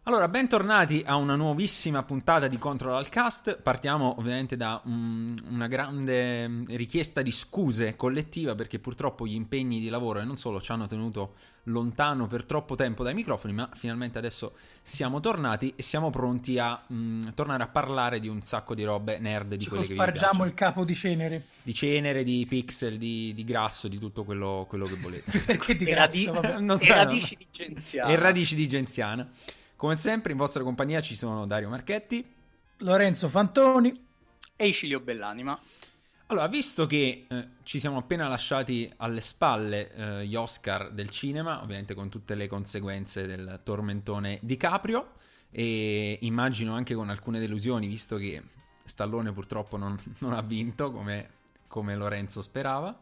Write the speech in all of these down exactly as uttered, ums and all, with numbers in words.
Allora, bentornati a una nuovissima puntata di Control al Cast. Partiamo ovviamente da um, una grande richiesta di scuse collettiva, perché purtroppo gli impegni di lavoro e non solo ci hanno tenuto lontano per troppo tempo dai microfoni, ma finalmente adesso siamo tornati e siamo pronti a um, tornare a parlare di un sacco di robe nerd, di ci quelle che vi piacciono. Spargiamo il capo di cenere. Di cenere, di pixel, di, di grasso, di tutto quello, quello che volete. Perché di E grasso? radi- Vabbè. Non e so, radici di genziana. E radici di genziana. Come sempre in vostra compagnia ci sono Dario Marchetti, Lorenzo Fantoni e Icilio Bellanima. Allora, visto che eh, ci siamo appena lasciati alle spalle eh, gli Oscar del cinema, ovviamente con tutte le conseguenze del tormentone DiCaprio, e immagino anche con alcune delusioni, visto che Stallone purtroppo non, non ha vinto come, come Lorenzo sperava.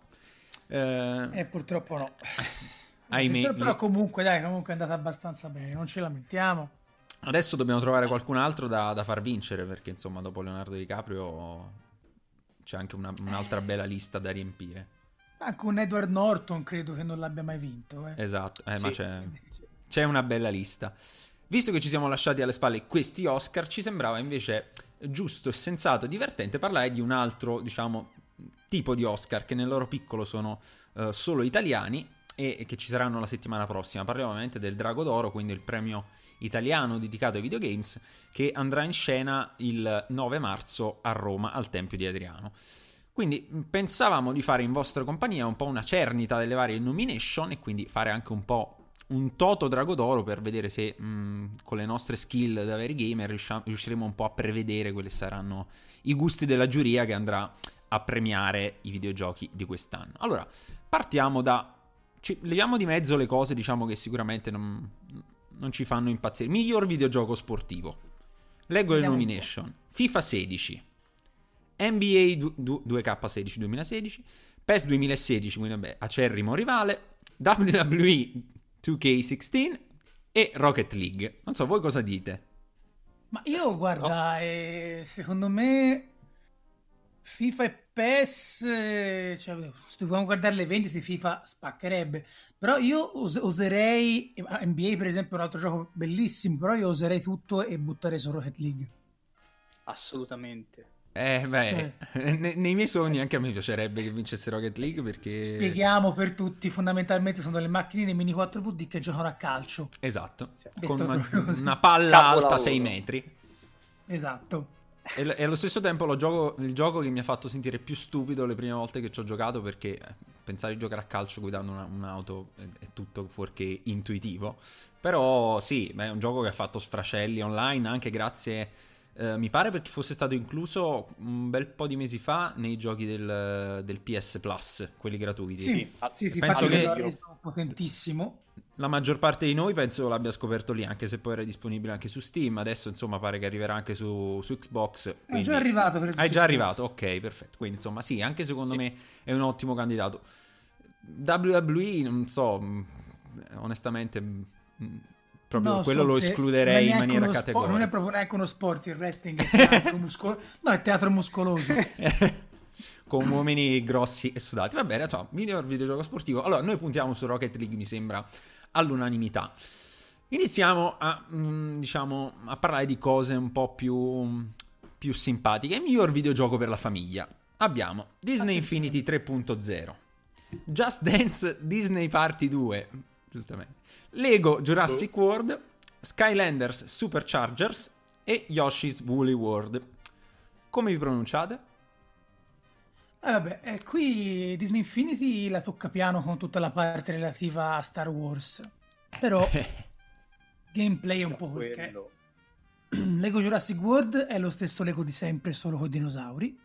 Eh, eh purtroppo no. Ahimè, però, però comunque dai, comunque è andata abbastanza bene, non ci lamentiamo. Adesso dobbiamo trovare qualcun altro da, da far vincere, perché insomma dopo Leonardo DiCaprio c'è anche una, un'altra bella lista da riempire. Anche un Edward Norton credo che non l'abbia mai vinto. Eh. Esatto, eh, sì. ma c'è, c'è una bella lista. Visto che ci siamo lasciati alle spalle questi Oscar, ci sembrava invece giusto e sensato e divertente parlare di un altro, diciamo, tipo di Oscar che nel loro piccolo sono uh, solo italiani e che ci saranno la settimana prossima. Parliamo ovviamente del Drago d'Oro, quindi il premio italiano dedicato ai videogames, che andrà in scena il nove marzo a Roma al Tempio di Adriano. Quindi pensavamo di fare in vostra compagnia un po' una cernita delle varie nomination e quindi fare anche un po' un toto Drago d'Oro per vedere se mh, con le nostre skill da veri gamer riusciremo un po' a prevedere quelli saranno i gusti della giuria che andrà a premiare i videogiochi di quest'anno. Allora, partiamo da... Ci leviamo di mezzo le cose, diciamo, che sicuramente non, non ci fanno impazzire. Miglior videogioco sportivo. Leggo le nomination. FIFA sedici, N B A due K sedici duemilasedici, PES duemilasedici, quindi vabbè, acerrimo rivale, W W E due K sedici e Rocket League. Non so, voi cosa dite? Ma io, guarda, eh, secondo me FIFA e PES, eh, cioè, se dobbiamo guardare le vendite, FIFA spaccherebbe. Però io us- userei, N B A per esempio è un altro gioco bellissimo, però io userei tutto e butterei su Rocket League. Assolutamente. Eh, beh, cioè, ne- nei miei sogni anche a me piacerebbe che vincesse Rocket League, perché... Spieghiamo per tutti, fondamentalmente sono delle macchinine mini quattro V D che giocano a calcio. Esatto, Sì. con una, Detto una palla Capolavoro. alta sei metri. Esatto. E, l- e allo stesso tempo lo gioco, il gioco che mi ha fatto sentire più stupido le prime volte che ci ho giocato, perché eh, pensare di giocare a calcio guidando una- un'auto è, è tutto fuorché intuitivo. Però sì, beh, è un gioco che ha fatto sfracelli online anche grazie... Uh, mi pare perché fosse stato incluso un bel po' di mesi fa nei giochi del, del P S Plus, quelli gratuiti. Sì, sì, sì, penso che è potentissimo. La maggior parte di noi penso l'abbia scoperto lì, anche se poi era disponibile anche su Steam. Adesso insomma pare che arriverà anche su, su Xbox. Quindi... È già arrivato. È già Xbox. arrivato, ok, perfetto. Quindi insomma sì, anche secondo sì. me è un ottimo candidato. W W E, non so, onestamente... Proprio no, quello so, lo escluderei in maniera spo- categorica. Non è proprio neanche uno sport, il wrestling è teatro muscoloso. No, è teatro muscoloso. Con uomini grossi e sudati. Va bene, cioè, miglior videogioco sportivo. Allora, noi puntiamo su Rocket League, mi sembra, all'unanimità. Iniziamo a, mh, diciamo, a parlare di cose un po' più, più simpatiche. Miglior videogioco per la famiglia. Abbiamo Disney Attenzione. Infinity tre punto zero, Just Dance Disney Party due, giustamente, Lego Jurassic World, Skylanders Superchargers e Yoshi's Woolly World. Come vi pronunciate? Eh vabbè, eh, qui Disney Infinity la tocca piano con tutta la parte relativa a Star Wars. Però gameplay è un po' perché Lego Jurassic World è lo stesso Lego di sempre, solo con dinosauri.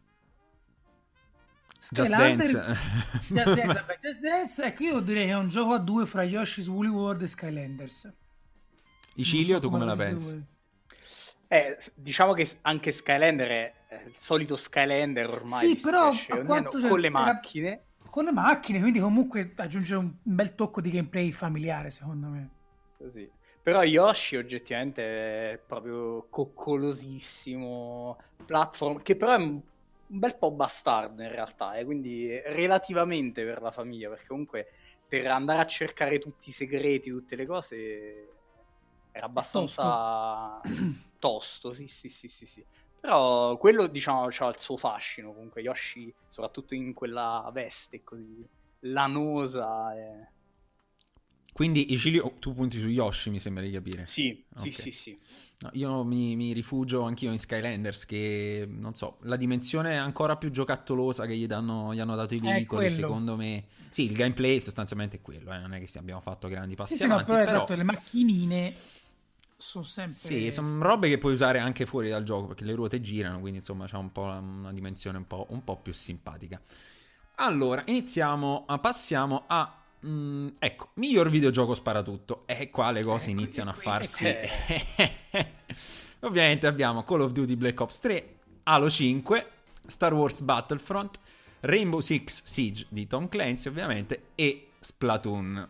Just Dance. Just Dance, vabbè, Just Dance, ecco, io direi che è un gioco a due fra Yoshi's Woolly World e Skylanders. Icilio, so tu come la dite pensi? voi. Eh, diciamo che anche Skylander è il solito Skylander ormai. Sì, però esce a ogni quanto anno, c'è- con le era- macchine. Con le macchine, quindi comunque aggiunge un bel tocco di gameplay familiare, secondo me. Così. Però Yoshi oggettivamente è proprio coccolosissimo platform, che però è un un bel po' bastardo in realtà, eh, quindi relativamente per la famiglia, perché comunque per andare a cercare tutti i segreti, tutte le cose era abbastanza tosto, tosto sì, sì, sì, sì, sì. Però quello, diciamo, c'ha il suo fascino, comunque Yoshi, soprattutto in quella veste così lanosa. E... Quindi, Icilio, tu punti su Yoshi, mi sembra di capire. Sì, okay. sì, sì, sì. No, io mi, mi rifugio anch'io in Skylanders, che, non so, la dimensione ancora più giocattolosa che gli, danno, gli hanno dato i veicoli, secondo me... Sì, il gameplay sostanzialmente è quello, eh, non è che abbiamo fatto grandi passi sì, avanti, sì, no, però, però... esatto, le macchinine... sono sempre... Sì, sono robe che puoi usare anche fuori dal gioco, perché le ruote girano, quindi insomma c'ha un po' una dimensione un po', un po' più simpatica. Allora, iniziamo, a, passiamo a... Mh, ecco, miglior videogioco sparatutto. E qua le cose ecco, iniziano ecco, a farsi... ecco. Ovviamente abbiamo Call of Duty Black Ops tre, Halo cinque, Star Wars Battlefront, Rainbow Six Siege di Tom Clancy ovviamente, e Splatoon.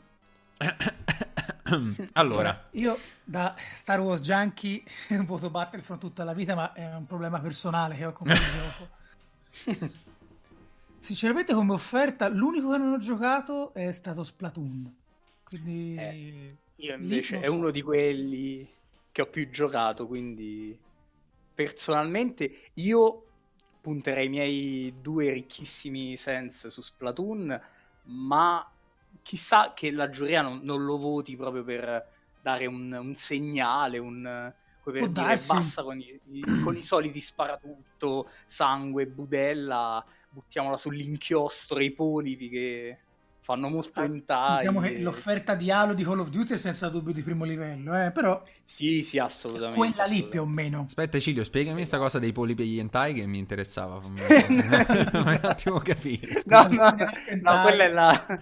Allora, io da Star Wars Junkie voto Battlefront tutta la vita, ma è un problema personale che ho con quel gioco. Sinceramente, come offerta, l'unico che non ho giocato è stato Splatoon. Quindi eh, io invece è so. uno di quelli che ho più giocato, quindi personalmente io punterei i miei due ricchissimi sense su Splatoon, ma chissà che la giuria non, non lo voti proprio per dare un, un segnale, un, per Può dire darsi. basta con i, con i soliti sparatutto, sangue, budella, buttiamola sull'inchiostro, i polipi che fanno molto hentai. Diciamo che e... l'offerta di Halo di Call of Duty è senza dubbio di primo livello, eh? Però sì, sì, assolutamente. Quella lì assolutamente. più o meno. Aspetta, Cilio, spiegami questa cosa dei polipi e gli hentai che mi interessava. Un attimo capire. No, no, no, quella è la...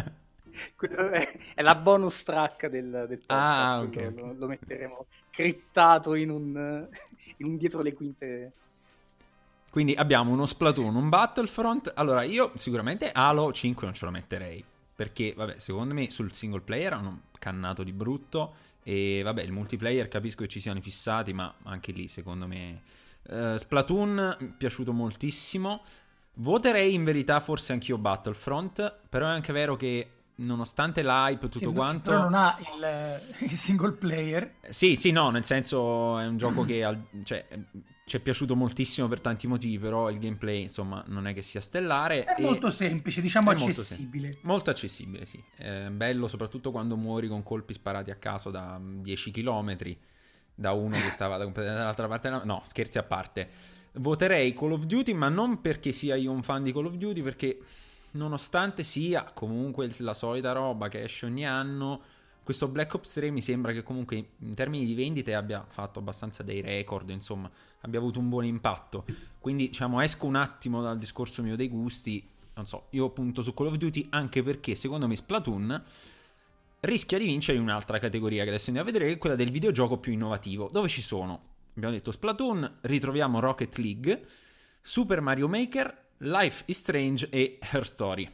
è la bonus track del, del podcast. Ah, okay, okay. Lo, lo metteremo criptato in un, in un dietro le quinte. Quindi abbiamo uno Splatoon, un Battlefront. Allora, io sicuramente Halo cinque non ce lo metterei, perché, vabbè, secondo me sul single player hanno cannato di brutto. E vabbè, il multiplayer capisco che ci siano fissati, ma anche lì secondo me uh, Splatoon mi è piaciuto moltissimo. Voterei in verità forse anch'io Battlefront, però è anche vero che nonostante l'hype tutto che, quanto, però non ha il, il single player. Sì, sì, no, nel senso è un gioco che al, cioè, ci è piaciuto moltissimo per tanti motivi, però il gameplay insomma non è che sia stellare. È e molto semplice, diciamo è accessibile. Molto, molto accessibile, sì. È bello soprattutto quando muori con colpi sparati a caso da dieci chilometri, da uno che stava dall'altra parte. No, scherzi a parte. Voterei Call of Duty, ma non perché sia io un fan di Call of Duty, perché nonostante sia comunque la solita roba che esce ogni anno, questo Black Ops tre mi sembra che comunque in termini di vendite abbia fatto abbastanza dei record, insomma, abbia avuto un buon impatto. Quindi, diciamo, esco un attimo dal discorso mio dei gusti, non so, io punto su Call of Duty anche perché secondo me Splatoon rischia di vincere in un'altra categoria che adesso andiamo a vedere, che è quella del videogioco più innovativo, dove ci sono, abbiamo detto Splatoon, ritroviamo Rocket League, Super Mario Maker, Life is Strange e Her Story.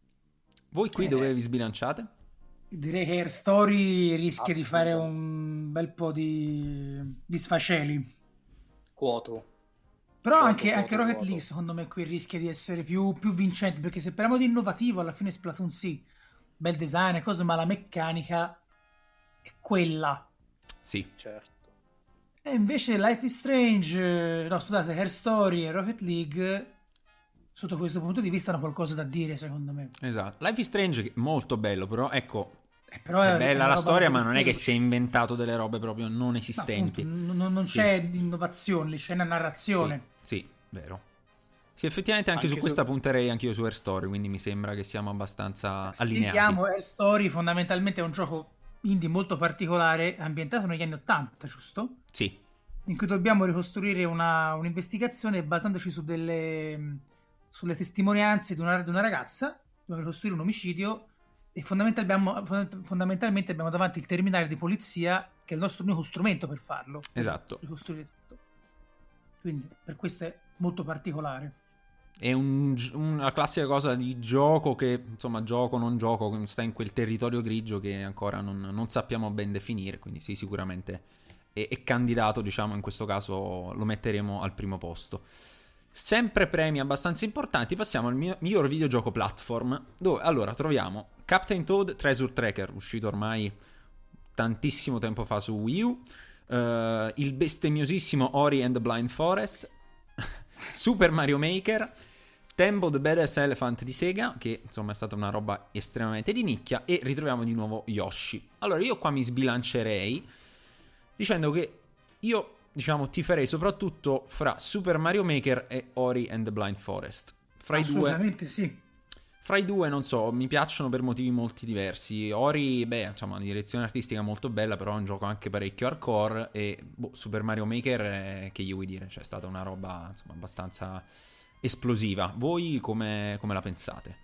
Voi qui eh. dove vi sbilanciate? Direi che Her Story rischia di fare un bel po' di, di sfaceli. Quoto. Però quoto, anche, quoto, anche Rocket quoto. League secondo me qui rischia di essere più, più vincente, perché se parliamo di innovativo alla fine Splatoon sì, bel design e cose, ma la meccanica è quella. Sì. Certo. E invece Life is Strange, no scusate, Her Story e Rocket League sotto questo punto di vista hanno qualcosa da dire, secondo me. Esatto. Life is Strange è molto bello, però ecco, eh, però è, è bella è la storia, ma non è che si si è inventato delle robe proprio non esistenti. No, appunto, non, non sì. c'è innovazione, c'è una narrazione. Sì, sì, vero. Sì, effettivamente anche, anche su questa su... punterei anch'io su Her Story, quindi mi sembra che siamo abbastanza allineati. Spieghiamo, Her Story fondamentalmente è un gioco indie molto particolare, ambientato negli anni ottanta, giusto? Sì. In cui dobbiamo ricostruire una, un'investigazione basandoci su delle... sulle testimonianze di una, di una ragazza, dobbiamo ricostruire un omicidio e fondamentalmente abbiamo, fondamentalmente abbiamo davanti il terminale di polizia che è il nostro unico strumento per farlo. Esatto. Per ricostruire tutto. Quindi per questo è molto particolare. È un, una classica cosa di gioco che, insomma, gioco non gioco, sta in quel territorio grigio che ancora non, non sappiamo ben definire, quindi sì, sicuramente è, è candidato, diciamo, in questo caso lo metteremo al primo posto. Sempre premi abbastanza importanti, passiamo al mio, miglior videogioco platform, dove allora troviamo Captain Toad Treasure Tracker, uscito ormai tantissimo tempo fa su Wii U, uh, il bestemmiosissimo Ori and the Blind Forest, Super Mario Maker, Tembo the Badass Elephant di Sega, che insomma è stata una roba estremamente di nicchia, e ritroviamo di nuovo Yoshi. Allora io qua mi sbilancerei dicendo che io, diciamo, ti farei soprattutto fra Super Mario Maker e Ori and the Blind Forest. Fra i due, assolutamente sì. Fra i due, non so, mi piacciono per motivi molti diversi. Ori, beh, insomma, una direzione artistica molto bella, però è un gioco anche parecchio hardcore. E boh, Super Mario Maker, eh, che gli vuoi dire? Cioè, è stata una roba, insomma, abbastanza esplosiva. Voi come, come la pensate?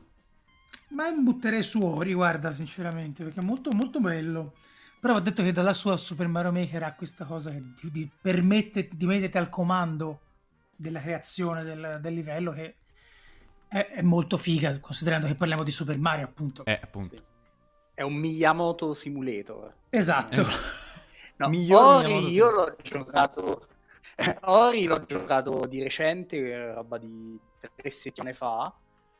Ma mi butterei su Ori, guarda, sinceramente, perché è molto molto bello. Però ho detto che dalla sua Super Mario Maker ha questa cosa che ti, ti permette di metterti al comando della creazione del, del livello, che è, è molto figa, considerando che parliamo di Super Mario, appunto. Eh, appunto. Sì. È un Miyamoto Simulator. Esatto. No, Miglior Ori Miyamoto io l'ho giocato Ori l'ho giocato di recente, roba di tre settimane fa,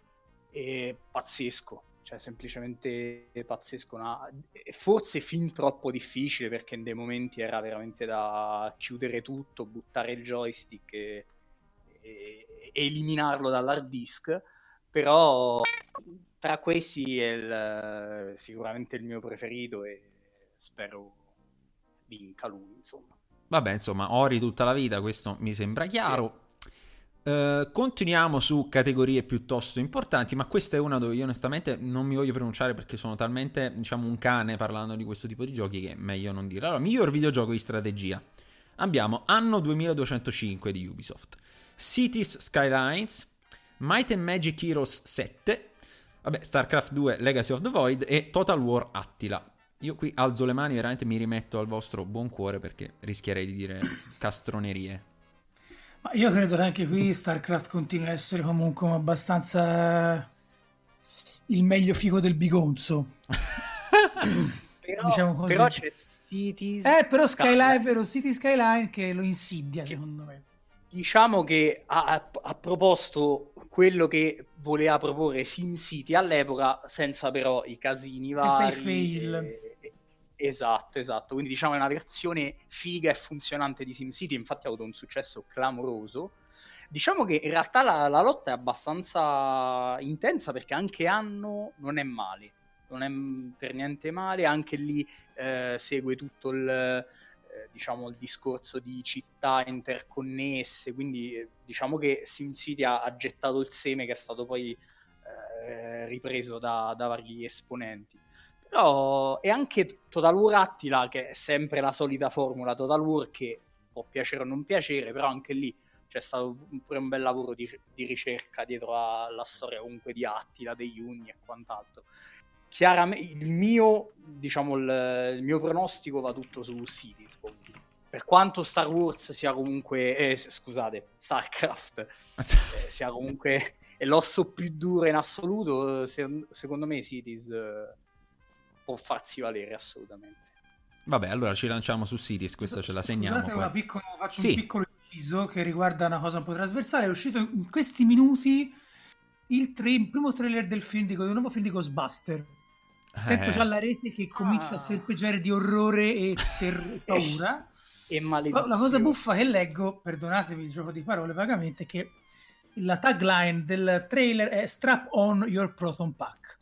e pazzesco, cioè semplicemente pazzesco, una... forse fin troppo difficile, perché in dei momenti era veramente da chiudere tutto, buttare il joystick e, e... e eliminarlo dall'hard disk, però tra questi è il... sicuramente il mio preferito e spero vinca lui, insomma. Vabbè, insomma, Ori tutta la vita, questo mi sembra chiaro. Sì. Uh, continuiamo su categorie piuttosto importanti, ma questa è una dove io onestamente non mi voglio pronunciare, perché sono talmente, diciamo, un cane parlando di questo tipo di giochi che è meglio non dire. Allora, miglior videogioco di strategia. Abbiamo Anno duemiladuecentocinque di Ubisoft, Cities Skylines, Might and Magic Heroes sette, vabbè, StarCraft due Legacy of the Void e Total War Attila. Io qui alzo le mani, veramente mi rimetto al vostro buon cuore, perché rischierei di dire castronerie. Ma io credo che anche qui StarCraft continui a essere comunque abbastanza il meglio figo del bigonzo. Però, diciamo così. Però c'è Cities Eh, però Skyline, vero, City Skyline che lo insidia, che, secondo me. Diciamo che ha, ha proposto quello che voleva proporre SimCity all'epoca, senza però i casini vari. Senza i fail. E... Esatto, esatto. Quindi diciamo è una versione figa e funzionante di SimCity, infatti ha avuto un successo clamoroso. Diciamo che in realtà la, la lotta è abbastanza intensa, perché anche Anno non è male, non è per niente male, anche lì eh, segue tutto il, eh, diciamo, il discorso di città interconnesse, quindi eh, diciamo che SimCity ha, ha gettato il seme che è stato poi eh, ripreso da, da vari esponenti. Però è anche Total War Attila, che è sempre la solita formula Total War, che può piacere o non piacere, però anche lì c'è stato pure un bel lavoro di, di ricerca dietro alla storia comunque di Attila, degli Unni e quant'altro. Chiaramente il mio, diciamo, il, il mio pronostico va tutto su Cities, per quanto Star Wars sia comunque eh, scusate, StarCraft eh, sia comunque è l'osso più duro in assoluto, se, secondo me Cities eh, può farsi valere assolutamente. Vabbè, allora ci lanciamo su Cities, questa ce la segniamo. Scusate, una piccola, faccio sì. un piccolo inciso che riguarda una cosa un po' trasversale. È uscito in questi minuti il, tra- il primo trailer del film di, del nuovo film di Ghostbuster. Sento già la rete che comincia ah. a serpeggiare di orrore e ter- paura. E maledizione. La cosa buffa che leggo, perdonatemi il gioco di parole vagamente, è che la tagline del trailer è "Strap on your proton pack".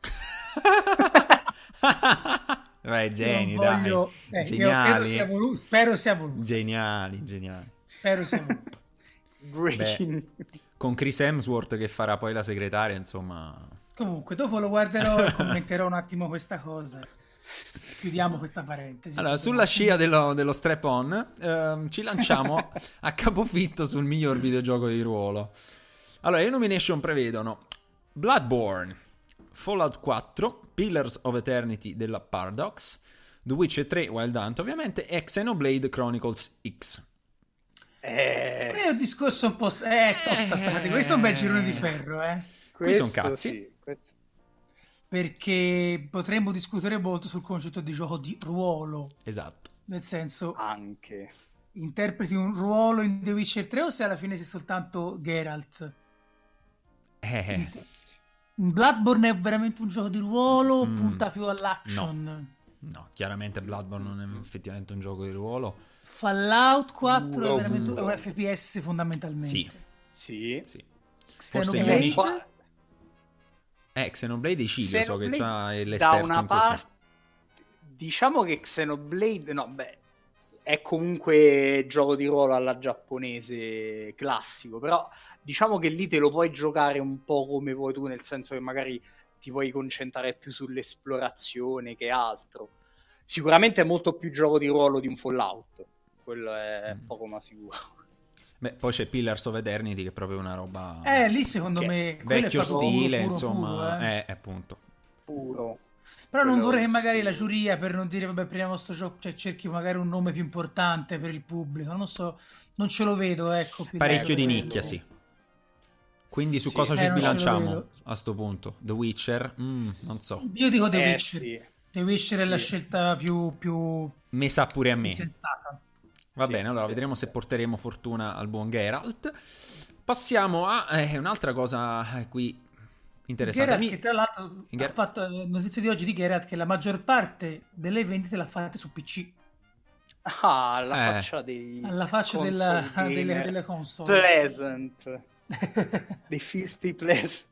Beh, geni, voglio... dai. Eh, geniali. Sia volu- spero sia voluto. Geniali, geniali. Spero sia voluto. Beh, con Chris Hemsworth che farà poi la segretaria, insomma. Comunque, dopo lo guarderò e commenterò un attimo questa cosa. Chiudiamo questa parentesi. Allora, sulla scia dello, dello strap-on, ehm, ci lanciamo a capofitto sul miglior videogioco di ruolo. Allora, le nomination prevedono Bloodborne, Fallout quattro, Pillars of Eternity della Paradox, The Witcher tre Wild Hunt ovviamente, e Xenoblade Chronicles X. Eh... È un discorso un po'... Eh, tosta sta categoria. Questo è un bel girone di ferro, eh. Qui sono cazzi. Sì, questo... Perché potremmo discutere molto sul concetto di gioco di ruolo. Esatto. Nel senso... Anche... Interpreti un ruolo in The Witcher tre o se alla fine sei soltanto Geralt? Eh... Bloodborne è veramente un gioco di ruolo o mm, punta più all'action? No. No, chiaramente Bloodborne non è effettivamente un gioco di ruolo. Fallout quattro Duro, è veramente duro. un F P S fondamentalmente. Sì, Sì. sì. Xenoblade Forse gli unici- Qua- Eh, Xenoblade e Cilio so che Xenoblade, c'ha da l'esperto una in questo. parte, diciamo che Xenoblade, no, beh, è comunque gioco di ruolo alla giapponese classico, però diciamo che lì te lo puoi giocare un po' come vuoi tu, nel senso che magari ti puoi concentrare più sull'esplorazione che altro. Sicuramente è molto più gioco di ruolo di un Fallout, quello è Mm. poco ma sicuro. Beh, poi c'è Pillars of Eternity che è proprio una roba Eh, lì secondo Che me quello vecchio è proprio stile, puro, puro, insomma, puro, eh. è appunto. Puro. Però non Quello vorrei che magari sì. la giuria, per non dire vabbè prendiamo sto gioco, cioè cerchi magari un nome più importante per il pubblico, non so, non ce lo vedo, ecco. Più Parecchio di quello- nicchia, sì. Quindi su Sì. cosa Eh, ci non ce lo sbilanciamo vedo. a sto punto? The Witcher? Mm, non so. Io dico The Eh, Witcher. sì. The Witcher è la Sì. scelta più, più, Me sa pure a più me. sensata. Va Sì, bene, allora sì, vedremo sì. se porteremo fortuna al buon Geralt. Passiamo a eh, un'altra cosa eh, qui interessante. Geralt, Mi- che tra l'altro Ger- ha fatto eh, notizia di oggi di Geralt che la maggior parte delle vendite l'ha fatta su P C, Ah, la Eh. faccia dei alla faccia console della, gamer. delle, delle console. Pleasant. Dei filthy pleasant.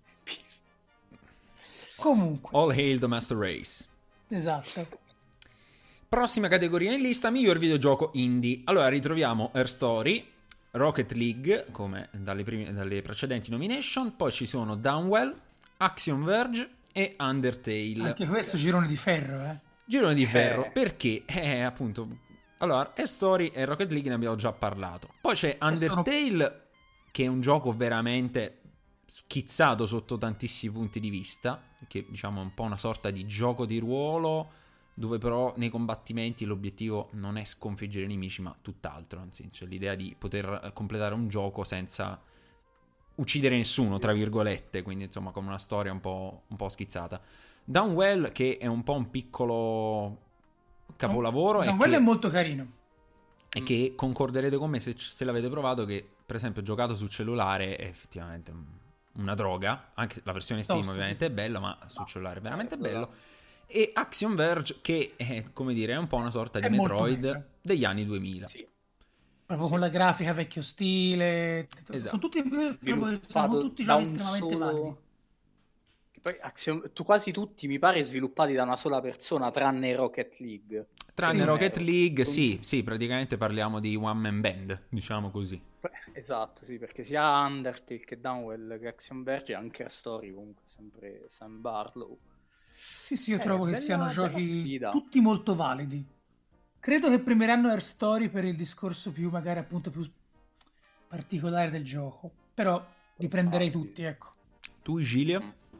Comunque, All hail the Master Race. esatto. Prossima categoria in lista, miglior videogioco indie. Allora ritroviamo Her Story, Rocket League, come dalle, prime- dalle precedenti nomination, poi ci sono Downwell, Axiom Verge e Undertale. Anche questo girone di ferro, eh. Girone di ferro, Eh. perché eh, appunto, allora, Her Story e Rocket League ne abbiamo già parlato. Poi c'è sono- Undertale, che è un gioco veramente schizzato sotto tantissimi punti di vista, che diciamo è un po' una sorta di gioco di ruolo, dove però nei combattimenti l'obiettivo non è sconfiggere i nemici, ma tutt'altro, anzi c'è l'idea di poter completare un gioco senza uccidere nessuno, tra virgolette, quindi insomma come una storia un po', un po' schizzata. Downwell, che è un po' un piccolo capolavoro, No, e quello che, è molto carino. e che concorderete con me se, se l'avete provato, che per esempio giocato sul cellulare è effettivamente un- una droga, anche la versione Steam Tosto, ovviamente sì. è bella, ma sul cellulare è veramente eh, bello. E Axiom Verge, che è, come dire, è un po' una sorta di È molto Metroid bello. degli anni duemila. Sì. Proprio Sì. con la grafica vecchio stile. Esatto. Sono tutti, proprio, sono Sviluppato tutti da giochi un estremamente validi. solo... Che poi Axiom- tu quasi tutti mi pare sviluppati da una sola persona, tranne Rocket League. Tranne Se non Rocket erro. League, Sono- sì, sì, praticamente parliamo di one man band, diciamo così. Esatto, sì, perché sia Undertale che Downwell che Axiom Verge e anche Her Story comunque sempre Sam Barlow. Sì, sì, io Eh, trovo che bella- siano bella giochi sfida. tutti molto validi. Credo che premieranno Her Story per il discorso più, magari appunto più particolare del gioco. Però li prenderei tutti, ecco. Tu, Gilia?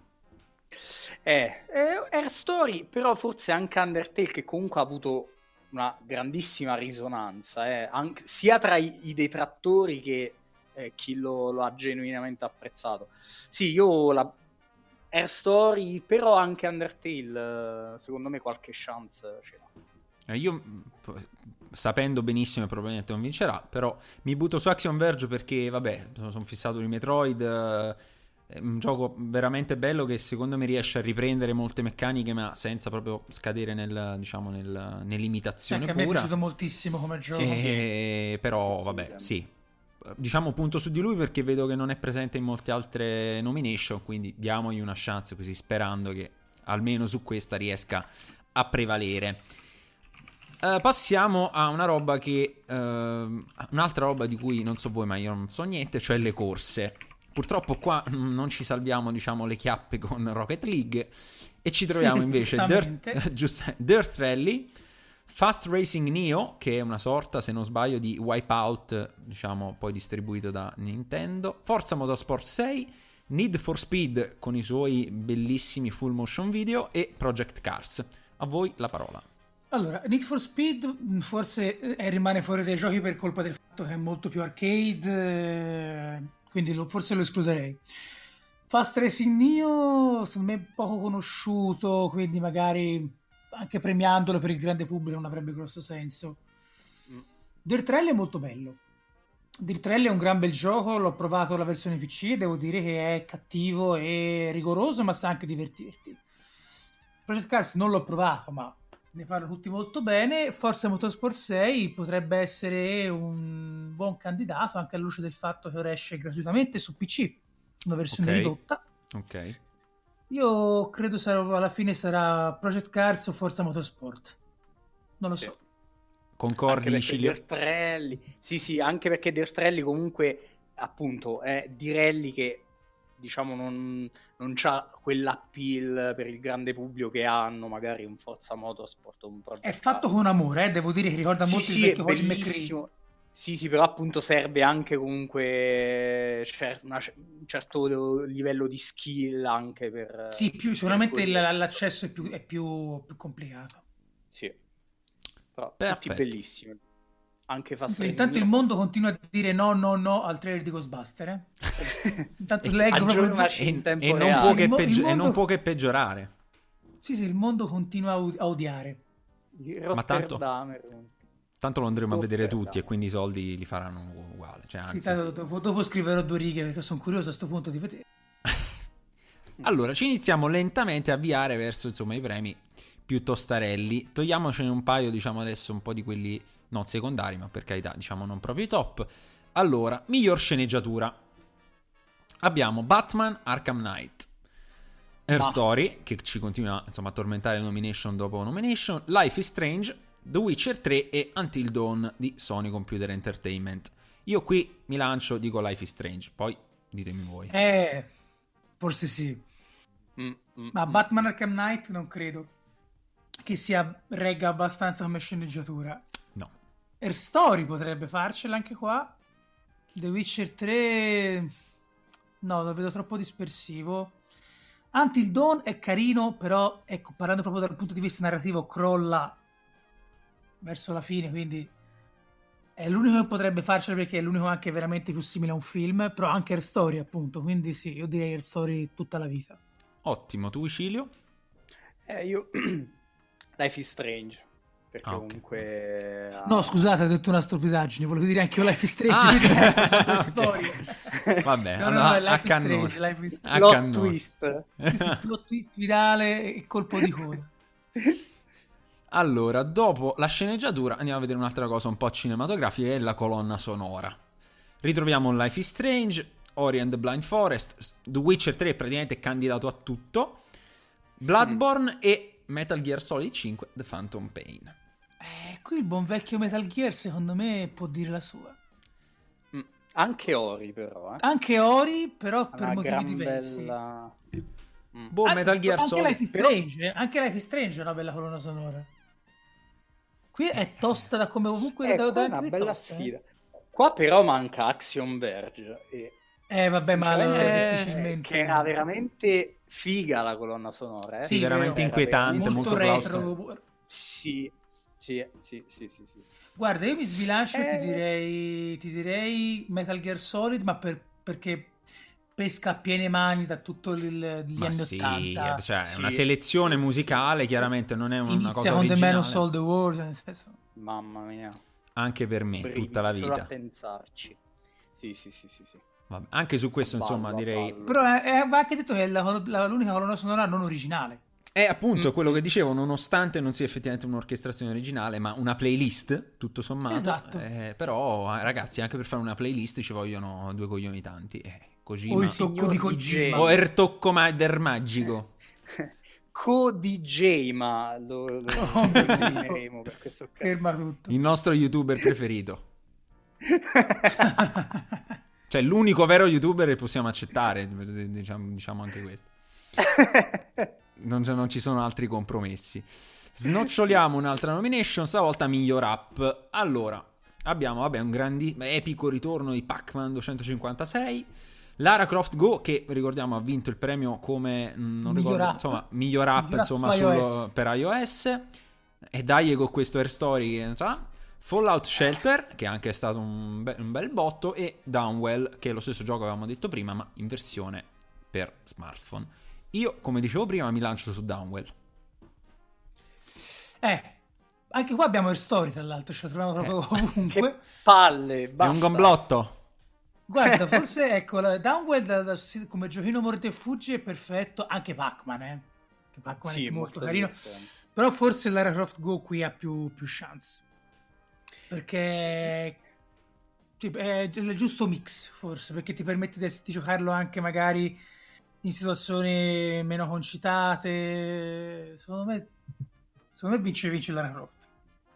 Eh, eh, Her Story, però forse anche Undertale, che comunque ha avuto una grandissima risonanza, eh, anche- sia tra i, i detrattori che eh, chi lo, lo ha genuinamente apprezzato. Sì, io la Her Story, però anche Undertale, eh, secondo me qualche chance ce l'ha. Eh, Io, mh, sapendo benissimo che probabilmente non vincerà, però mi butto su Axiom Verge perché, vabbè, sono, sono fissato di Metroid. eh, È un gioco veramente bello che secondo me riesce a riprendere molte meccaniche, ma senza proprio scadere nel, diciamo, nel, nell'imitazione Anche a me è pura. piaciuto moltissimo come gioco. Eh, sì. Però, Sì, sì, vabbè, veramente. sì. Diciamo punto su di lui perché vedo che non è presente in molte altre nomination, quindi diamogli una chance così, sperando che almeno su questa riesca a prevalere. Eh, passiamo a una roba che ehm, un'altra roba di cui non so voi, ma io non so niente, cioè le corse. Purtroppo qua mm, non ci salviamo, diciamo, le chiappe con Rocket League e ci troviamo invece Giustamente. Dirt, giusto, Dirt Rally, Fast Racing Neo, che è una sorta, se non sbaglio, di Wipeout, diciamo, poi distribuito da Nintendo, Forza Motorsport sei, Need for Speed con i suoi bellissimi full motion video e Project Cars. A voi la parola. Allora, Need for Speed mh, forse eh, rimane fuori dai giochi per colpa del fatto che è molto più arcade, eh, quindi lo- forse lo escluderei. Fast Racing Neo, secondo me è poco conosciuto, quindi magari anche premiandolo per il grande pubblico non avrebbe grosso senso. Mm. Dirt Rally è molto bello. Dirt Rally è un gran bel gioco, l'ho provato la versione P C e devo dire che è cattivo e rigoroso, ma sa anche divertirti. Project Cars non l'ho provato, ma ne parlano tutti molto bene. Forza Motorsport sei potrebbe essere un buon candidato anche alla luce del fatto che ora esce gratuitamente su P C, una versione Ok. ridotta. Ok. Io credo sarà, alla fine sarà Project Cars o Forza Motorsport. Non lo Sì. so. Concordi, Anche perché Cilio? Dirt Rally, sì sì, anche perché Dirt Rally comunque appunto è di rally che diciamo non, non c'ha quell'appeal per il grande pubblico che hanno magari un Forza Motorsport o un Project È fatto Cars. con amore, eh, devo dire che ricorda Sì molto il sì, è vecchio Colin McRae. bellissimo. Sì sì, però appunto serve anche comunque cer- una- un certo livello di skill anche per Sì, più, per sicuramente il- goderlo. l'accesso è più, è più, più complicato. Sì, però tutti Perfetto. bellissimi. Anche Fast Comunque, Racing intanto il Europe. mondo continua a dire no, no, no al trailer di Ghostbuster. Eh? Intanto E leggo proprio il mo- aggiornaci in E, tempo e non reale. può che Il mo- il peggi- e mondo- non può che peggiorare. Sì, sì, il mondo continua a u- a odiare. Il Ma tanto- Rotterdamer. Tanto lo andremo a vedere Rotterdam. tutti e quindi i soldi li faranno uguale. Cioè, Sì, anzi, tanto dopo, dopo scriverò due righe perché sono curioso a sto punto di vedere. Allora, ci iniziamo lentamente a avviare verso, insomma, i premi più tostarelli. Togliamocene un paio, diciamo adesso, un po' di quelli non secondari, ma per carità, diciamo non proprio i top. Allora, miglior sceneggiatura. Abbiamo Batman Arkham Knight, Her Ma- Story, che ci continua, insomma, a tormentare nomination dopo nomination, Life is Strange, The Witcher tre e Until Dawn di Sony Computer Entertainment. Io qui mi lancio, dico Life is Strange, poi ditemi voi. Eh, forse sì. Mm, mm, Ma mm. Batman Arkham Knight non credo che sia regga abbastanza come sceneggiatura. No. Her Story potrebbe farcela anche qua. The Witcher tre no, lo vedo troppo dispersivo. Until Dawn è carino, però ecco, parlando proprio dal punto di vista narrativo crolla verso la fine, quindi è l'unico che potrebbe farcela perché è l'unico anche veramente più simile a un film, però anche Her Story appunto, quindi sì, io direi Her Story tutta la vita. Ottimo, tu Vicilio? Eh, io Life is Strange perché Ah, ok. comunque ha- No, scusate, ho detto una stupidaggine, volevo dire anche io Life is Strange, Ah, quindi ho fatto ok. storie. Vabbè, No, no, allora, no, a Life is cannone. Strange, Life is A plot cannone. twist. Sì, sì, plot twist finale e colpo di coda. Allora, dopo la sceneggiatura andiamo a vedere un'altra cosa un po' cinematografica, che è la colonna sonora. Ritroviamo Life is Strange, Ori and the Blind Forest, The Witcher tre praticamente è candidato a tutto, Bloodborne e Metal Gear Solid cinque, The Phantom Pain. Eh, qui il buon vecchio Metal Gear secondo me può dire la sua. Mm, anche Ori però, eh. Anche Ori, però per Una motivi gran diversi. bella... Mm. Boh, Ah, Metal Gear anche Solid. Life is però- Strange, eh, anche Life is Strange è una bella colonna sonora. Qui è tosta da come ovunque Ecco, da, da è anche una qui è bella tosta, eh. sfida. Qua però manca Axiom Verge e Eh vabbè, ma sinceramente, Eh, difficilmente. che era veramente figa la colonna sonora, eh. Sì, Sì, veramente vero. inquietante, molto, molto retro. Sì, sì, sì, sì, sì, sì. Guarda, io mi sbilancio e Eh. ti direi, ti direi Metal Gear Solid, ma per- perché pesca a piene mani da tutto il, gli Ma anni sì, ottanta. cioè, è Sì, una selezione sì, musicale, sì. chiaramente non è una Inizia cosa con The Man originale. of All the World, nel senso. Mamma mia. Anche per me, Brividi tutta la solo a vita. pensarci. Sì, sì, sì, sì, sì. Vabbè, anche su questo, A ballo, insomma, a direi... ballo. Però è, è- va anche detto che è la- la- l'unica colonna sonora non originale. È appunto Mm. quello che dicevo, nonostante non sia effettivamente un'orchestrazione originale, ma una playlist, tutto sommato. Esatto. Eh, però, eh, ragazzi, anche per fare una playlist ci vogliono due coglioni tanti. Eh, Kojima. O il Signor tocco di D J. Kojima. O il tocco ma- del magico. Co-D J, ma lo, lo, Oh, lo defineremo per questo caso. Ferma tutto. Il nostro youtuber preferito. Cioè, l'unico vero youtuber che possiamo accettare, diciamo, diciamo anche questo. Non, non ci sono altri compromessi. Snoccioliamo un'altra nomination, stavolta miglior app. Allora, abbiamo vabbè, un grandi, epico ritorno di Pac-Man duecentocinquantasei. Lara Croft Go, che ricordiamo ha vinto il premio come mh, non Miglior ricordo, app. insomma, miglior app, Miglior app insomma, su sullo- iOS. per iOS. E dai con questo Air Story che non so, Fallout Shelter, che anche è stato un, be- un bel botto, e Downwell, che è lo stesso gioco che avevamo detto prima, ma in versione per smartphone. Io, come dicevo prima, mi lancio su Downwell. Eh, anche qua abbiamo Her Story, tra l'altro, ce la troviamo proprio Eh. ovunque. Che palle, È basta. un gomblotto. Guarda, forse ecco, la Downwell da- da- come giochino morte e fuggi è perfetto, anche Pac-Man, eh. Che Pac-Man Sì, è molto, molto carino. divertente. Però forse Lara Croft Go qui ha più, più chance, perché tipo, è il giusto mix, forse, perché ti permette di, di giocarlo anche magari in situazioni meno concitate. Secondo me secondo me vince vince Lara Croft.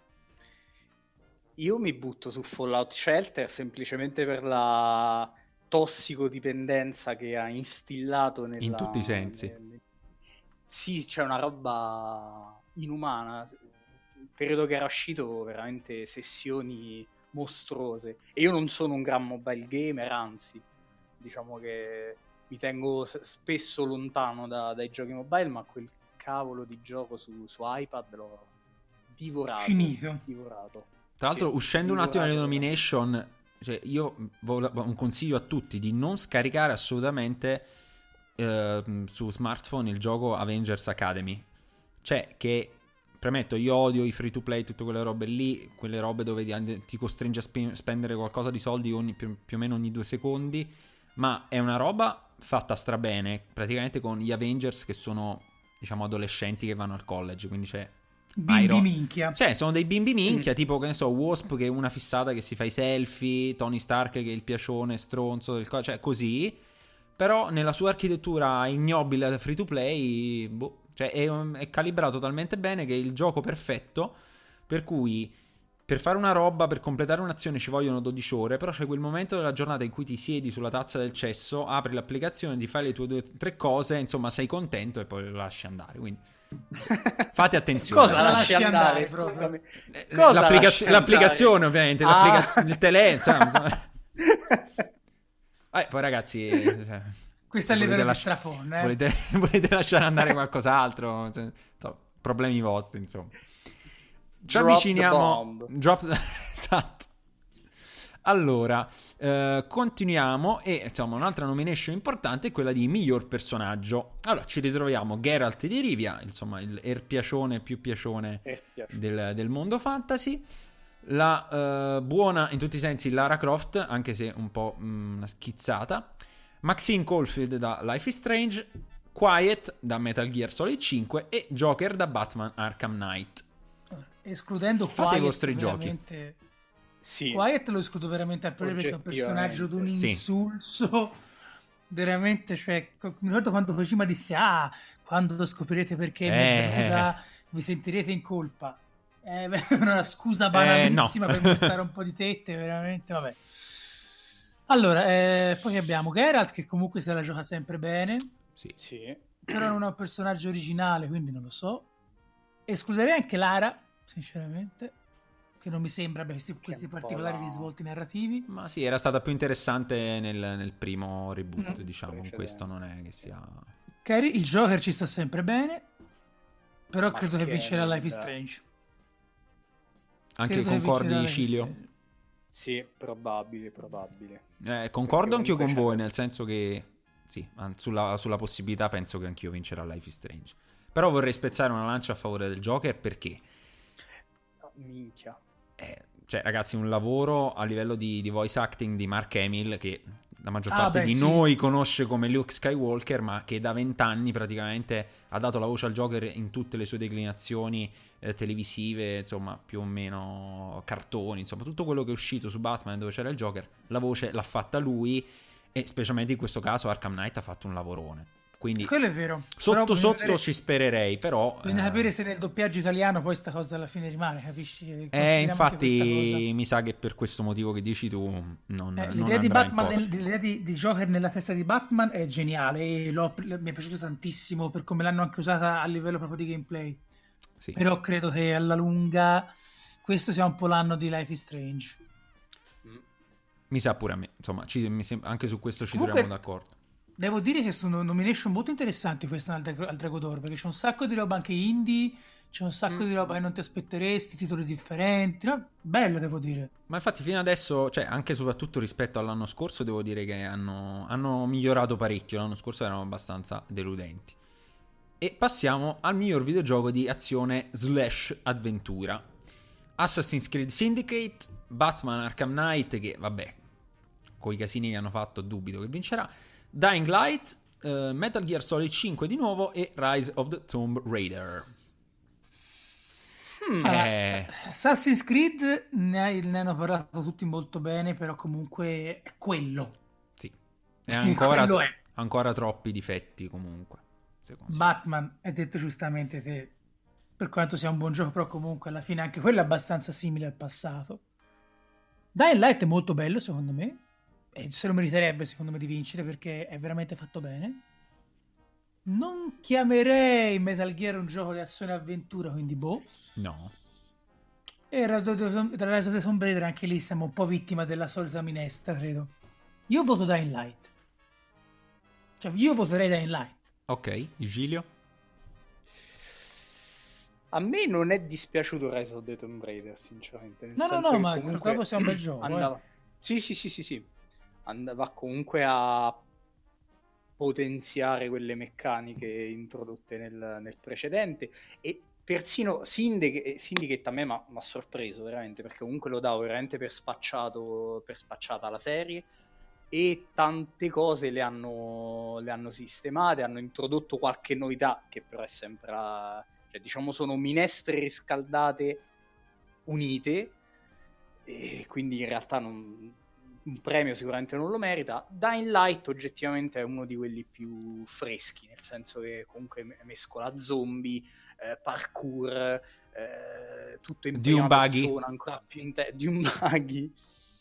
Io mi butto su Fallout Shelter semplicemente per la tossicodipendenza che ha instillato nella, in tutti i sensi. nel... Sì, c'è una roba inumana. Credo che era uscito veramente sessioni mostruose, e io non sono un gran mobile gamer, anzi diciamo che mi tengo s- spesso lontano da, dai giochi mobile, ma quel cavolo di gioco su, su iPad l'ho divorato. Finito. divorato. Tra l'altro, Sì, uscendo un attimo dalle divorato. nomination, cioè io vol- un consiglio a tutti di non scaricare assolutamente eh, su smartphone il gioco Avengers Academy. Cioè, che premetto, io odio i free to play, tutte quelle robe lì, quelle robe dove ti, ti costringe a spe- spendere qualcosa di soldi ogni, più, più o meno ogni due secondi, ma è una roba fatta strabene, praticamente con gli Avengers che sono, diciamo, adolescenti che vanno al college, quindi c'è Bimbi Iron... minchia. Cioè, sono dei bimbi minchia, Mm. tipo, che ne so, Wasp che è una fissata che si fa i selfie, Tony Stark che è il piacione stronzo del co- cioè così, però nella sua architettura ignobile free to play, boh, cioè è, è calibrato talmente bene che è il gioco perfetto, per cui per fare una roba, per completare un'azione ci vogliono dodici ore, però c'è quel momento della giornata in cui ti siedi sulla tazza del cesso, apri l'applicazione, ti fai le tue due tre cose, insomma sei contento e poi lo lasci andare, quindi fate attenzione. Cosa La lasci lasci andare, andare, proprio. scusami? Eh, Cosa l'applicaz- lasci l'applicazione andare? ovviamente, Ah. l'applicazione, il telefono, insomma. Eh, poi ragazzi, cioè, Questo è il volete livello di lasci- strapon, eh. volete, volete lasciare andare qualcos'altro, se- so, problemi vostri, insomma. Ci Drop the avviciniamo. bomb. Drop esatto. Allora, eh, continuiamo e insomma un'altra nomination importante è quella di miglior personaggio. Allora, ci ritroviamo Geralt di Rivia, insomma il erpiacione più piacione Eh, piace. del, del mondo fantasy. La eh, buona in tutti i sensi Lara Croft, anche se un po' mh, una schizzata. Maxine Caulfield da Life is Strange, Quiet da Metal Gear Solid cinque e Joker da Batman Arkham Knight. Escludendo Fate i Quiet, vostri giochi. veramente... Sì. Quiet lo escludo veramente al problema, perché è un personaggio d'un Sì. insulso veramente, cioè co- mi ricordo quando Kojima disse ah, quando scoprirete perché è mezza Eh. nuda vi sentirete in colpa. È una scusa banalissima no. per mostrare un po' di tette, veramente, vabbè. Allora, eh, poi abbiamo Geralt che comunque se la gioca sempre bene, Sì. Sì. però non è un personaggio originale, quindi non lo so. Escluderei anche Lara, sinceramente, che non mi sembra abbia questi, questi un po' particolari la- risvolti narrativi. Ma sì, era stata più interessante nel, nel primo reboot, Mm. diciamo. Precedente. Questo non è che sia... Cari, il Joker ci sta sempre bene, però Ma credo che che vincerà Life is merda. Strange. Anche Credo che concordi, vincerà Life is Cilio? Strange. Sì, probabile, probabile. Eh, concordo Perché anch'io con comunque voi, c'è- nel senso che sì, an- sulla, sulla possibilità penso che anch'io vincerà Life is Strange. Però vorrei spezzare una lancia a favore del Joker perché, Oh, minchia. eh, cioè ragazzi, un lavoro a livello di, di voice acting di Mark Hamill che la maggior Ah, parte beh, di sì. noi conosce come Luke Skywalker, ma che da vent'anni praticamente ha dato la voce al Joker in tutte le sue declinazioni eh, televisive, insomma, più o meno cartoni, insomma, tutto quello che è uscito su Batman dove c'era il Joker, la voce l'ha fatta lui e specialmente in questo caso Arkham Knight ha fatto un lavorone. Quindi Quello è vero. Però sotto bisogna sotto vedere- ci spererei, però Bisogna eh, capire se nel doppiaggio italiano poi sta cosa alla fine rimane, capisci? eh, Consideriamo anche questa infatti mi sa che per questo motivo che dici tu non, cosa. Eh, non l'idea di andrà in Batman, porto. nel- l'idea di, di Joker nella testa di Batman è geniale e l'ho- mi è piaciuto tantissimo per come l'hanno anche usata a livello proprio di gameplay. Sì. Però credo che alla lunga questo sia un po' l'anno di Life is Strange. Mm. Mi sa pure a me, insomma, ci- mi sem- anche su questo ci Comunque- troviamo d'accordo. Devo dire che sono nomination molto interessanti queste al, Dra- al Drago d'Oro, perché c'è un sacco di roba anche indie, c'è un sacco Mm. di roba che non ti aspetteresti, titoli differenti, no? Bello devo dire. Ma infatti fino adesso, cioè anche e soprattutto rispetto all'anno scorso, devo dire che hanno, hanno migliorato parecchio. L'anno scorso erano abbastanza deludenti. E passiamo al miglior videogioco di azione slash avventura. Assassin's Creed Syndicate, Batman Arkham Knight, che vabbè, con i casini che hanno fatto dubito che vincerà, Dying Light, eh, Metal Gear Solid cinque di nuovo e Rise of the Tomb Raider. Hmm. Allora, Eh. Assassin's Creed ne, hai- ne hanno parlato tutti molto bene, però comunque è quello. Sì, è ancora, Quello è. ancora troppi difetti comunque, secondo me. Batman, hai detto giustamente te, per quanto sia un buon gioco, però comunque alla fine anche quello è abbastanza simile al passato. Dying Light è molto bello secondo me, e se lo meriterebbe secondo me di vincere perché è veramente fatto bene. Non chiamerei Metal Gear un gioco di azione e avventura, quindi boh. No. E Rise of the- tra Rise of the Tomb Raider anche lì siamo un po' vittima della solita minestra, credo. Io voto Dying Light. Cioè, io voterei Dying Light. Ok, Gilio? A me non è dispiaciuto Rise of the Tomb Raider, sinceramente. Nel No, no, senso no, che ma comunque trovo sia un bel gioco. andava... eh. Sì, sì, sì, sì, sì. Andava comunque a potenziare quelle meccaniche introdotte nel, nel precedente, e persino Syndicate, Syndicate a me mi ha sorpreso veramente, perché comunque lo davo veramente per spacciato, per spacciata la serie, e tante cose le hanno, le hanno sistemate, hanno introdotto qualche novità che però è sempre la, cioè diciamo sono minestre riscaldate unite, e quindi in realtà non, un premio sicuramente non lo merita. Dying Light oggettivamente è uno di quelli più freschi, nel senso che comunque mescola zombie, eh, parkour, eh, tutto in Di un prima buggy. persona, ancora più in te- di un buggy,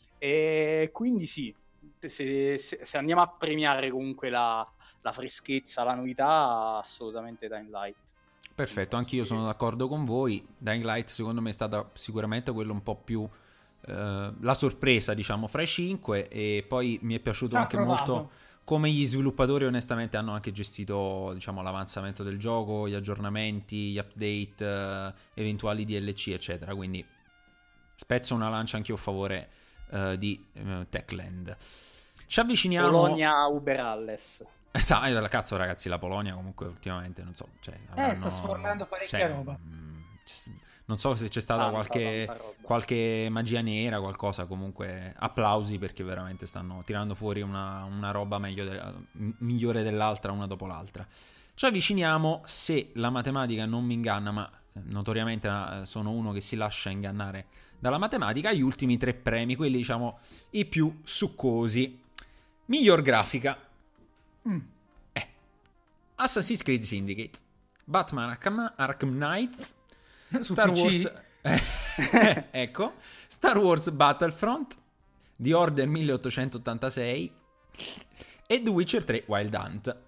e quindi sì, se, se, se andiamo a premiare comunque la, la freschezza, la novità, assolutamente Dying Light. Perfetto, anch'io sono d'accordo con voi. Dying Light secondo me è stata sicuramente quello un po' più eh, la sorpresa, diciamo, fra i cinque, e poi mi è piaciuto Ci ha anche provato. molto come gli sviluppatori onestamente hanno anche gestito, diciamo, l'avanzamento del gioco, gli aggiornamenti, gli update, eh, eventuali D L C, eccetera. Quindi spezzo una lancia anch'io a favore eh, di eh, Techland. Ci avviciniamo... Polonia Uberalles. Esatto, eh, cazzo ragazzi, la Polonia comunque ultimamente, non so, cioè, avranno, Eh, sta sfornando parecchia cioè, roba. mh, c- non so se c'è stata Tanta, qualche, tanta roba. qualche magia nera, qualcosa, comunque applausi perché veramente stanno tirando fuori una, una roba meglio de- migliore dell'altra, una dopo l'altra. Ci avviciniamo, se la matematica non mi inganna, ma notoriamente eh, sono uno che si lascia ingannare dalla matematica, agli ultimi tre premi, quelli diciamo i più succosi. Miglior grafica. Mm. Eh. Assassin's Creed Syndicate, Batman Arkham, Arkham Knight, Su Star P C? Wars eh, ecco, Star Wars Battlefront, The Order milleottocentottantasei e The Witcher tre Wild Hunt.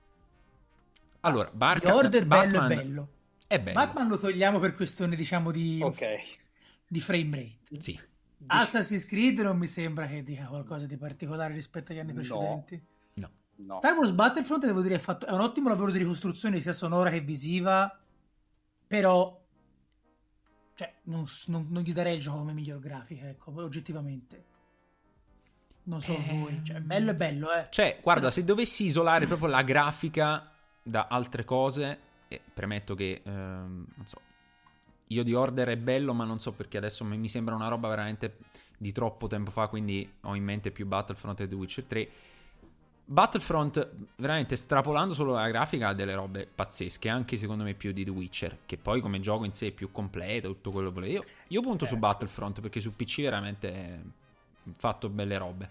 Allora, Barca, The Order Batman bello è bello. è bello. Batman lo togliamo per questione, diciamo, di, Ok. di frame rate. Sì. Assassin's Creed non mi sembra che dica qualcosa di particolare rispetto agli anni No. precedenti. No. No. Star Wars Battlefront, devo dire, è, fatto, è un ottimo lavoro di ricostruzione sia sonora che visiva, però cioè, non, non- non gli darei il gioco come miglior grafica, ecco, oggettivamente. Non so voi, cioè, bello è bello, eh. Cioè, guarda, se dovessi isolare proprio la grafica da altre cose, e premetto che, ehm, non so, io di Order è bello, ma non so perché adesso mi mi sembra una roba veramente di troppo tempo fa, quindi ho in mente più Battlefront e The Witcher tre. Battlefront, veramente strapolando solo la grafica, ha delle robe pazzesche, anche secondo me più di The Witcher, che poi come gioco in sé è più completo, tutto quello che volevo. Io, io punto Eh. su Battlefront perché su P C veramente è fatto belle robe.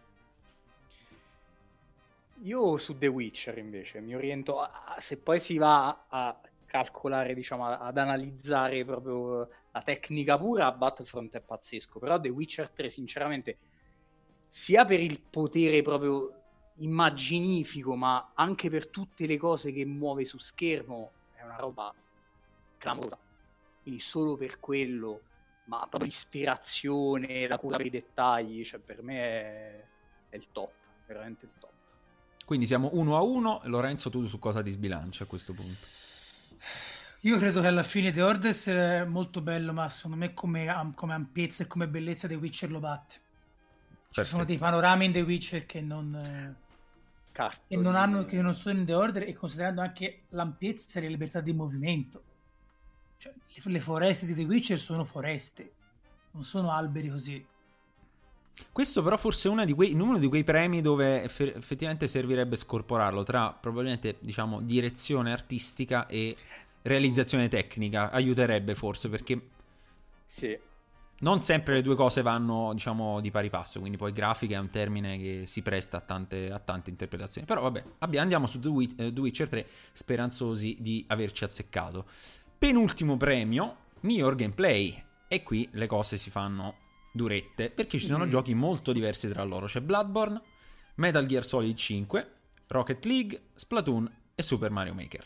Io su The Witcher invece mi oriento a- se poi si va a calcolare, diciamo, a- ad analizzare proprio la tecnica pura, Battlefront è pazzesco, però The Witcher tre sinceramente, sia per il potere proprio immaginifico, ma anche per tutte le cose che muove su schermo, è una roba clamorosa. Quindi solo per quello, ma proprio l'ispirazione, la cura per i dettagli, cioè per me è, è il top, veramente il top. Quindi siamo uno a uno. Lorenzo, tu su cosa ti sbilanci a questo punto? Io credo che alla fine The Order sia molto bello, ma secondo me come, am- come ampiezza e come bellezza The Witcher lo batte. Ci sono dei panorami in The Witcher che non, eh, che non, hanno, che non sono in The Order, e considerando anche l'ampiezza e la libertà di movimento. Cioè, le, le foreste di The Witcher sono foreste, non sono alberi così. Questo però forse è una di quei, uno di quei premi dove eff- effettivamente servirebbe scorporarlo tra probabilmente, diciamo, direzione artistica e realizzazione tecnica, aiuterebbe forse, perché sì, non sempre le due cose vanno, diciamo, di pari passo, quindi poi grafica è un termine che si presta a tante, a tante interpretazioni. Però vabbè, abbi- andiamo su The, Wit- eh, The Witcher tre, speranzosi di averci azzeccato. Penultimo premio, miglior gameplay, e qui le cose si fanno durette, perché ci sono Mm. giochi molto diversi tra loro. C'è Bloodborne, Metal Gear Solid cinque, Rocket League, Splatoon e Super Mario Maker.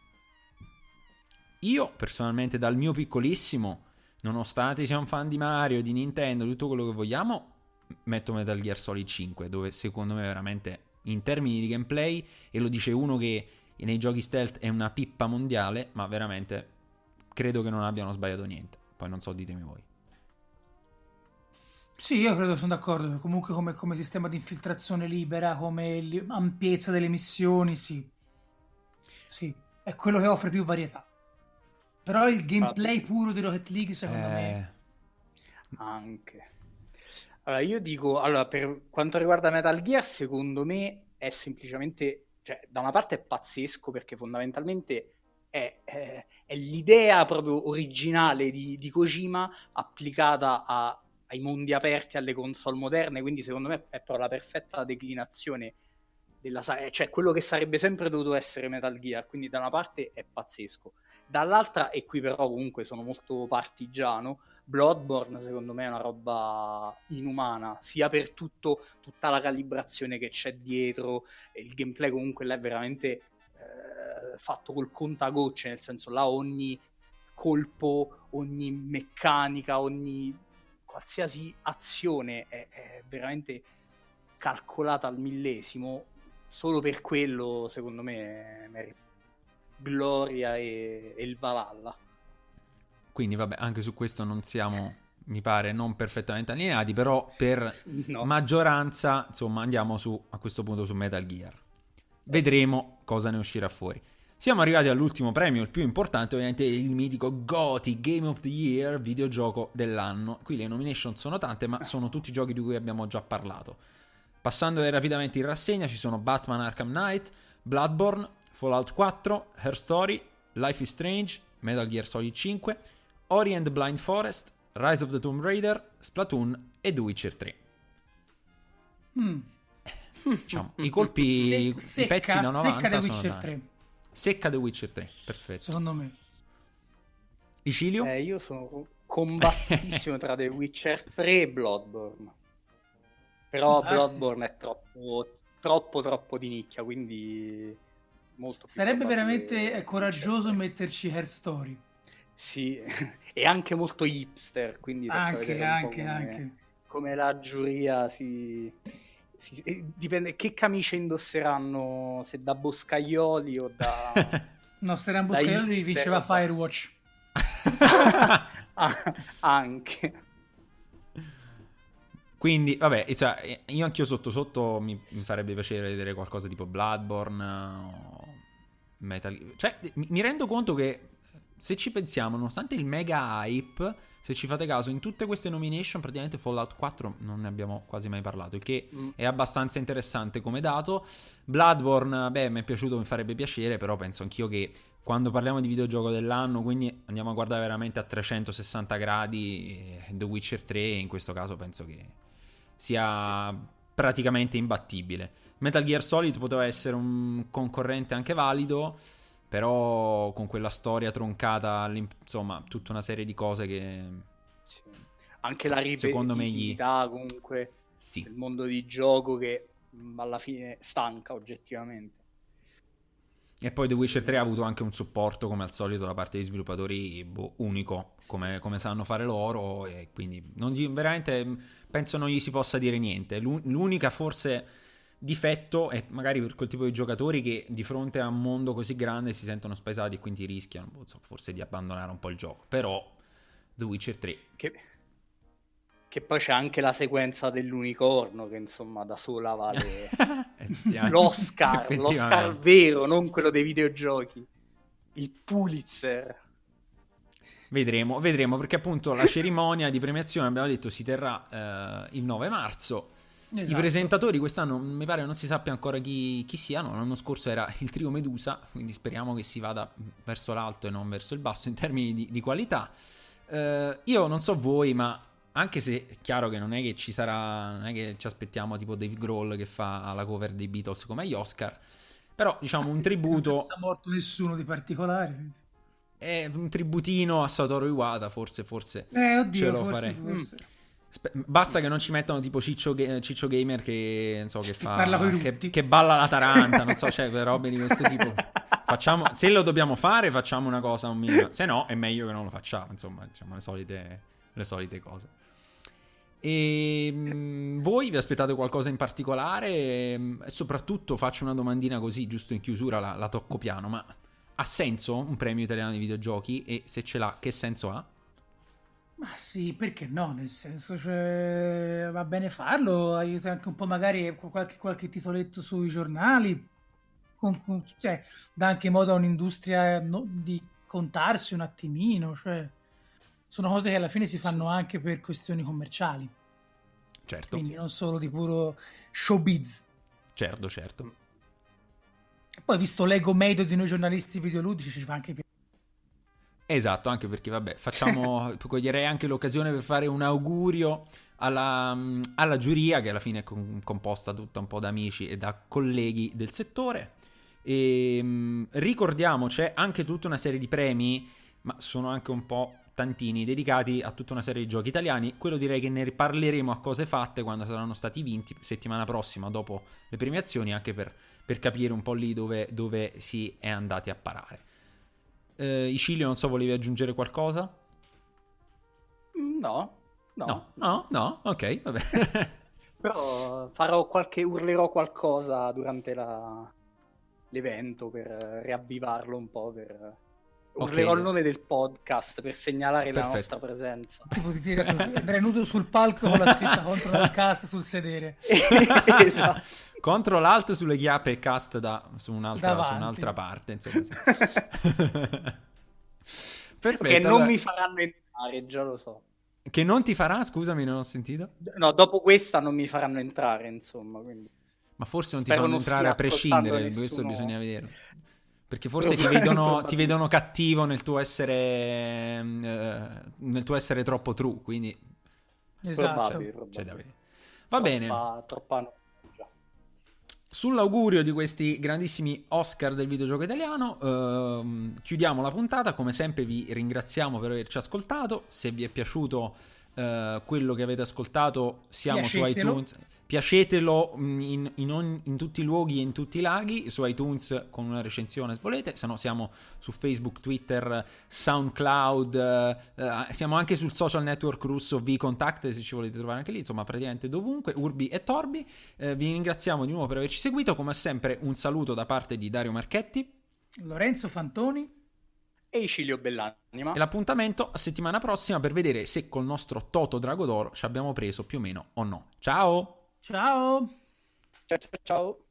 Io, personalmente, dal mio piccolissimo, nonostante sia un fan di Mario, di Nintendo, tutto quello che vogliamo, metto Metal Gear Solid cinque, dove secondo me veramente, in termini di gameplay, e lo dice uno che nei giochi stealth è una pippa mondiale, ma veramente credo che non abbiano sbagliato niente. Poi non so, ditemi voi. Sì, io credo, sono d'accordo. Comunque come, come sistema di infiltrazione libera, come li- ampiezza delle missioni, sì. Sì, è quello che offre più varietà. Però il gameplay puro di Rocket League, secondo me... Eh, anche. Allora, io dico, allora, per quanto riguarda Metal Gear, secondo me è semplicemente, cioè, da una parte è pazzesco perché fondamentalmente è, è- è l'idea proprio originale di, di Kojima applicata a- ai mondi aperti, alle console moderne, quindi secondo me è proprio la perfetta declinazione della saga, cioè quello che sarebbe sempre dovuto essere Metal Gear, quindi da una parte è pazzesco, dall'altra, e qui però comunque sono molto partigiano, Bloodborne secondo me è una roba inumana, sia per tutto, tutta la calibrazione che c'è dietro, e il gameplay comunque là è veramente eh, fatto col contagocce, nel senso là ogni colpo, ogni meccanica, ogni qualsiasi azione è, è veramente calcolata al millesimo. Solo per quello secondo me merita Gloria e, e il Valhalla. quindi vabbè, anche su questo non siamo, mi pare, non perfettamente allineati, però per No. maggioranza, insomma, andiamo su, a questo punto su Metal Gear. Eh Vedremo cosa ne uscirà fuori. Siamo arrivati all'ultimo premio, il più importante, ovviamente il mitico GOTY, Game of the Year, videogioco dell'anno. Qui le nomination sono tante, ma sono tutti giochi di cui abbiamo già parlato. Passando rapidamente in rassegna, ci sono Batman Arkham Knight, Bloodborne, Fallout quattro, Her Story, Life is Strange, Metal Gear Solid cinque, Ori and the Blind Forest, Rise of the Tomb Raider, Splatoon e The Witcher tre. Mm. Diciamo, i colpi, Se- i pezzi secca, da secca novanta The sono Witcher tanti. tre, Secca The Witcher tre, perfetto. secondo me. Icilio? Eh, io sono combattutissimo tra The Witcher tre e Bloodborne. Però Ah, Bloodborne è troppo, troppo, troppo di nicchia, quindi molto più Sarebbe probabile veramente eh, coraggioso Witcher tre. metterci Her Story. Sì, e anche molto hipster, quindi tocca Anche, vedere un po' anche, come, anche. come la giuria si, si- eh, dipende che camicie indosseranno, se da boscaioli o da, No, Steran da Boscaioli hipster vinceva o da- Firewatch. Ah, anche. Quindi, vabbè, cioè, io anch'io sotto sotto mi, mi farebbe piacere vedere qualcosa tipo Bloodborne o Metal... Cioè, mi, mi rendo conto che, se ci pensiamo, nonostante il mega hype, se ci fate caso, in tutte queste nomination praticamente Fallout quattro non ne abbiamo quasi mai parlato, il che Mm. è abbastanza interessante come dato. Bloodborne, beh, mi è piaciuto, mi farebbe piacere, però penso anch'io che quando parliamo di videogioco dell'anno, quindi andiamo a guardare veramente a trecentosessanta gradi, eh, The Witcher tre in questo caso penso che sia praticamente imbattibile. Metal Gear Solid poteva essere un concorrente anche valido, però con quella storia troncata, insomma, tutta una serie di cose che... Sì. Anche la Secondo me gli- ripetitività comunque Sì. del mondo di gioco che mh, alla fine stanca oggettivamente. E poi The Witcher tre ha avuto anche un supporto, come al solito, da parte degli sviluppatori boh, unico, Sì, come, sì. come sanno fare loro, e quindi non gli- veramente penso non gli si possa dire niente. L'u- L'unica forse difetto è magari per quel tipo di giocatori che di fronte a un mondo così grande si sentono spaesati e quindi rischiano, boh, so, forse di abbandonare un po' il gioco. Però The Witcher tre... Che, che poi c'è anche la sequenza dell'unicorno che insomma da sola vale l'Oscar, l'Oscar Effettivamente. vero, non quello dei videogiochi, il Pulitzer. Vedremo, vedremo, perché appunto la cerimonia di premiazione, abbiamo detto, si terrà eh, il nove marzo. esatto. I presentatori quest'anno mi pare non si sappia ancora chi, chi siano. L'anno scorso era il trio Medusa, quindi speriamo che si vada verso l'alto e non verso il basso in termini di, di qualità. Uh, io non so voi, ma anche se è chiaro che non è che ci sarà, non è che ci aspettiamo tipo Dave Grohl che fa la cover dei Beatles come agli Oscar, però diciamo un tributo. Non è morto nessuno di particolare. È un tributino a Satoru Iwata, forse, forse eh, oddio, ce lo forse, farei. Forse. Mm. Basta che non ci mettano tipo Ciccio, Ciccio Gamer che non so che fa, che, che, che balla la taranta, non so, cioè quelle robe di questo tipo. Facciamo, se lo dobbiamo fare, facciamo una cosa un minimo. Se no, è meglio che non lo facciamo. Insomma, diciamo le solite, le solite cose. E mh, voi vi aspettate qualcosa in particolare? E soprattutto faccio una domandina così, giusto in chiusura, la, la tocco piano. Ma ha senso un premio italiano di videogiochi? E se ce l'ha, che senso ha? Ma sì, perché no? Nel senso, cioè, va bene farlo. Aiuta anche un po', magari qualche, qualche titoletto sui giornali. Con, con, cioè, dà anche modo a un'industria no, di contarsi un attimino, cioè sono cose che alla fine si fanno anche per questioni commerciali, certo, quindi non solo di puro showbiz. Certo, certo. Poi visto l'ego medio di noi giornalisti videoludici ci fa anche piacere. Esatto, anche perché vabbè, facciamo coglierei anche l'occasione per fare un augurio alla, alla giuria, che alla fine è composta tutta un po' da amici e da colleghi del settore. E mh, ricordiamo c'è anche tutta una serie di premi, ma sono anche un po' tantini, dedicati a tutta una serie di giochi italiani. Quello direi che ne riparleremo a cose fatte quando saranno stati vinti settimana prossima dopo le premiazioni, anche per, per capire un po' lì dove, dove si è andati a parare. eh, Icilio, non so, volevi aggiungere qualcosa? No, no, no, no, no, ok, vabbè. Però farò qualche, urlerò qualcosa durante la l'evento per riavvivarlo un po', per urlerò okay. il nome del podcast per segnalare Perfetto. La nostra presenza. Tipo ti tira, andrai nudo sul palco con la scritta contro il cast sul sedere. Esatto. Contro l'alt sulle chiappe e cast da su un'altra, su un'altra parte, insomma. Perfetto. Che non allora... mi faranno entrare, già lo so. Che non ti farà? Scusami, non ho sentito. No, dopo questa non mi faranno entrare, insomma, quindi. Ma forse non Spero ti fanno entrare a prescindere, nessuno... questo bisogna vedere. Perché forse ti vedono, ti vedono cattivo nel tuo essere eh, nel tuo essere troppo true, quindi esatto. Probabile, probabile. C'è da vedere. Va troppa, bene. Troppa... Sull'augurio di questi grandissimi Oscar del videogioco italiano ehm, chiudiamo la puntata. Come sempre vi ringraziamo per averci ascoltato. Se vi è piaciuto eh, quello che avete ascoltato, siamo Piacetelo. su iTunes. Piacetelo in, in, ogni, in tutti i luoghi e in tutti i laghi, su iTunes con una recensione se volete, se no siamo su Facebook, Twitter, SoundCloud, eh, siamo anche sul social network russo VKontakte se ci volete trovare anche lì, insomma praticamente dovunque, Urbi e Torbi. Eh, vi ringraziamo di nuovo per averci seguito, come sempre un saluto da parte di Dario Marchetti, Lorenzo Fantoni e Icilio Bellanima. E l'appuntamento a settimana prossima per vedere se col nostro Toto Dragodoro ci abbiamo preso più o meno o no. Ciao! Ciao! Ciao ciao ciao!